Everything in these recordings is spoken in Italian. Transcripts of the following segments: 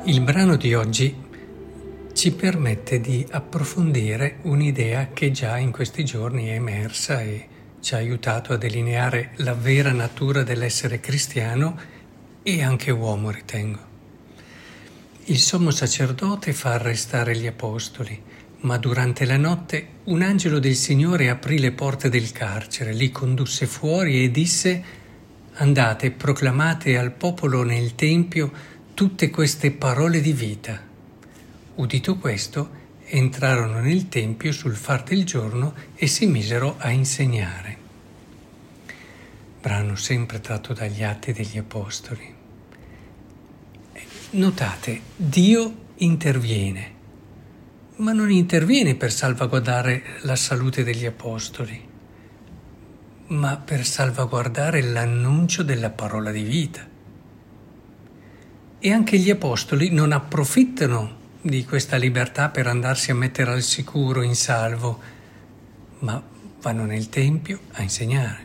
Il brano di oggi ci permette di approfondire un'idea che già in questi giorni è emersa e ci ha aiutato a delineare la vera natura dell'essere cristiano e anche uomo, ritengo. Il sommo sacerdote fa arrestare gli apostoli, ma durante la notte un angelo del Signore aprì le porte del carcere, li condusse fuori e disse: «Andate, proclamate al popolo nel Tempio tutte queste parole di vita». Udito questo, entrarono nel Tempio sul far del giorno e si misero a insegnare. Brano sempre tratto dagli Atti degli Apostoli. Notate, Dio interviene, ma non interviene per salvaguardare la salute degli Apostoli, ma per salvaguardare l'annuncio della parola di vita. E anche gli Apostoli non approfittano di questa libertà per andarsi a mettere al sicuro, in salvo, ma vanno nel Tempio a insegnare.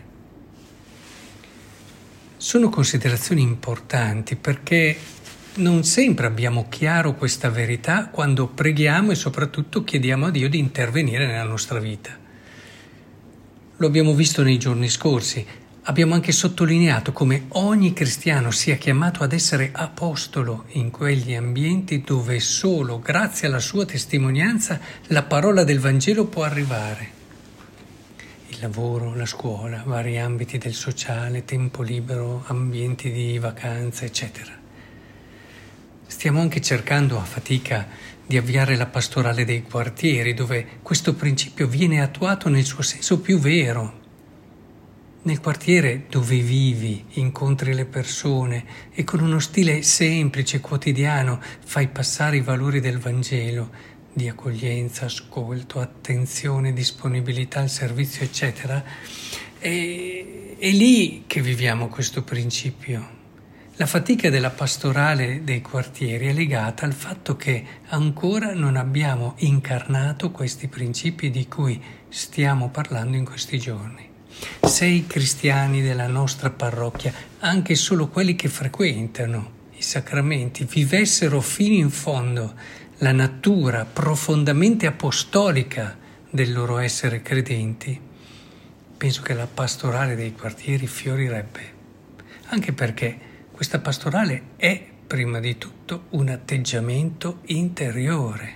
Sono considerazioni importanti perché non sempre abbiamo chiaro questa verità quando preghiamo e soprattutto chiediamo a Dio di intervenire nella nostra vita. Lo abbiamo visto nei giorni scorsi. Abbiamo anche sottolineato come ogni cristiano sia chiamato ad essere apostolo in quegli ambienti dove solo grazie alla sua testimonianza la parola del Vangelo può arrivare. Il lavoro, la scuola, vari ambiti del sociale, tempo libero, ambienti di vacanza, eccetera. Stiamo anche cercando a fatica di avviare la pastorale dei quartieri, dove questo principio viene attuato nel suo senso più vero. Nel quartiere dove vivi, incontri le persone e con uno stile semplice, quotidiano, fai passare i valori del Vangelo, di accoglienza, ascolto, attenzione, disponibilità al servizio, eccetera. È lì che viviamo questo principio. La fatica della pastorale dei quartieri è legata al fatto che ancora non abbiamo incarnato questi principi di cui stiamo parlando in questi giorni. Se i cristiani della nostra parrocchia, anche solo quelli che frequentano i sacramenti, vivessero fino in fondo la natura profondamente apostolica del loro essere credenti, penso che la pastorale dei quartieri fiorirebbe. Anche perché questa pastorale è, prima di tutto, un atteggiamento interiore.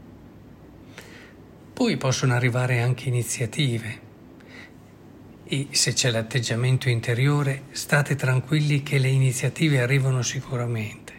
Poi possono arrivare anche iniziative. E se c'è l'atteggiamento interiore, state tranquilli che le iniziative arrivano sicuramente.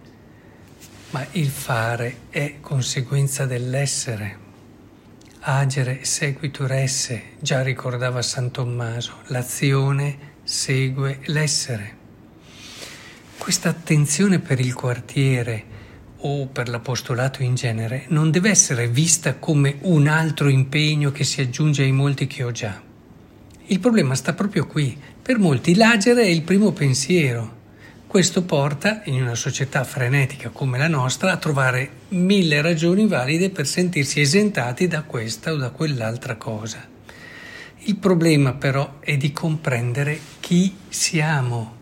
Ma il fare è conseguenza dell'essere. Agere sequitur esse, già ricordava San Tommaso, l'azione segue l'essere. Questa attenzione per il quartiere o per l'apostolato in genere non deve essere vista come un altro impegno che si aggiunge ai molti che ho già. Il problema sta proprio qui. Per molti l'agere è il primo pensiero. Questo porta, in una società frenetica come la nostra, a trovare 1000 ragioni valide per sentirsi esentati da questa o da quell'altra cosa. Il problema però è di comprendere chi siamo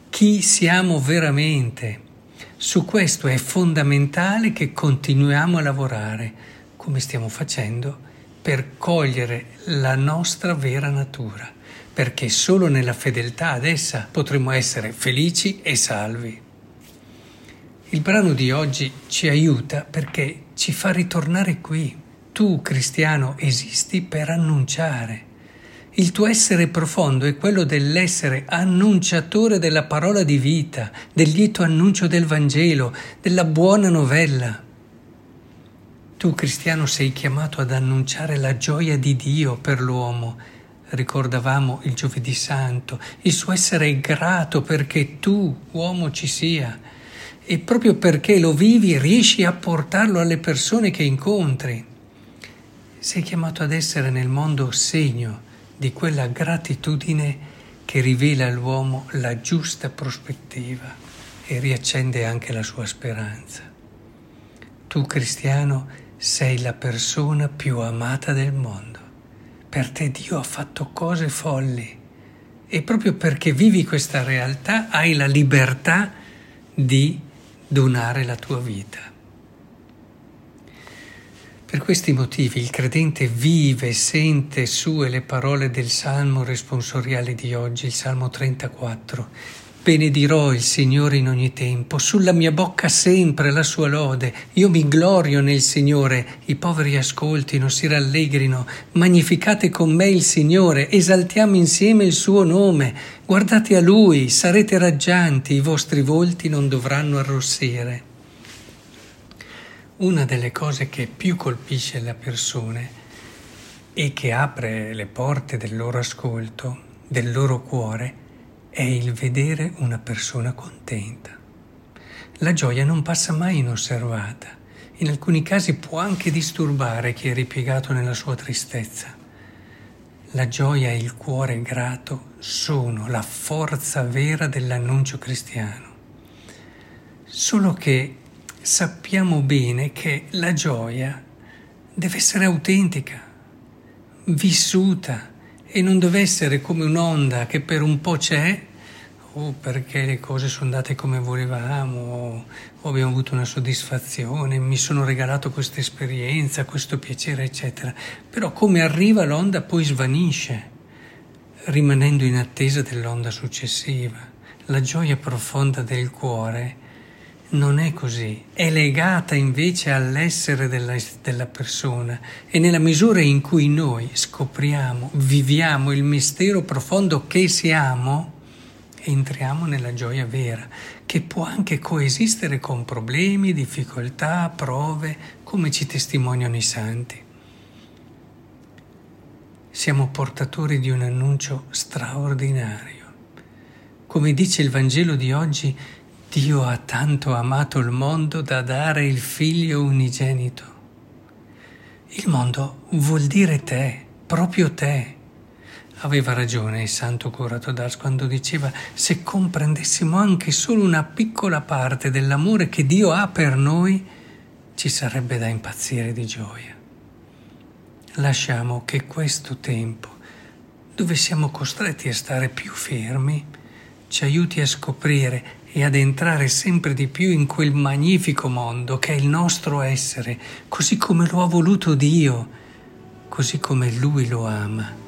veramente. Su questo è fondamentale che continuiamo a lavorare, come stiamo facendo, per cogliere la nostra vera natura, perché solo nella fedeltà ad essa potremo essere felici e salvi. Il brano di oggi ci aiuta perché ci fa ritornare qui. Tu, cristiano, esisti per annunciare. Il tuo essere profondo è quello dell'essere annunciatore della parola di vita, del lieto annuncio del Vangelo, della buona novella. Tu, cristiano, sei chiamato ad annunciare la gioia di Dio per l'uomo. Ricordavamo il Giovedì Santo, il suo essere grato perché tu, uomo, ci sia. E proprio perché lo vivi riesci a portarlo alle persone che incontri. Sei chiamato ad essere nel mondo segno di quella gratitudine che rivela all'uomo la giusta prospettiva e riaccende anche la sua speranza. Tu, cristiano, sei la persona più amata del mondo. Per te Dio ha fatto cose folli e proprio perché vivi questa realtà hai la libertà di donare la tua vita. Per questi motivi il credente vive e sente sue le parole del Salmo responsoriale di oggi, il Salmo 34. Benedirò il Signore in ogni tempo, sulla mia bocca sempre la sua lode. Io mi glorio nel Signore, i poveri ascoltino, si rallegrino. Magnificate con me il Signore, esaltiamo insieme il suo nome. Guardate a Lui, sarete raggianti, i vostri volti non dovranno arrossire. Una delle cose che più colpisce le persone e che apre le porte del loro ascolto, del loro cuore, è il vedere una persona contenta. La gioia non passa mai inosservata. In alcuni casi può anche disturbare chi è ripiegato nella sua tristezza. La gioia e il cuore grato sono la forza vera dell'annuncio cristiano. Solo che sappiamo bene che la gioia deve essere autentica, vissuta, e non deve essere come un'onda che per un po' c'è, o perché le cose sono andate come volevamo, o abbiamo avuto una soddisfazione, mi sono regalato questa esperienza, questo piacere, eccetera. Però come arriva l'onda poi svanisce, rimanendo in attesa dell'onda successiva. La gioia profonda del cuore non è così, è legata invece all'essere della persona, e nella misura in cui noi scopriamo, viviamo il mistero profondo che siamo, entriamo nella gioia vera, che può anche coesistere con problemi, difficoltà, prove, come ci testimoniano i santi. Siamo portatori di un annuncio straordinario. Come dice il Vangelo di oggi, Dio ha tanto amato il mondo da dare il Figlio unigenito. Il mondo vuol dire te, proprio te. Aveva ragione il santo curato d'Ars quando diceva: se comprendessimo anche solo una piccola parte dell'amore che Dio ha per noi, ci sarebbe da impazzire di gioia. Lasciamo che questo tempo, dove siamo costretti a stare più fermi, ci aiuti a scoprire e ad entrare sempre di più in quel magnifico mondo che è il nostro essere, così come lo ha voluto Dio, così come Lui lo ama.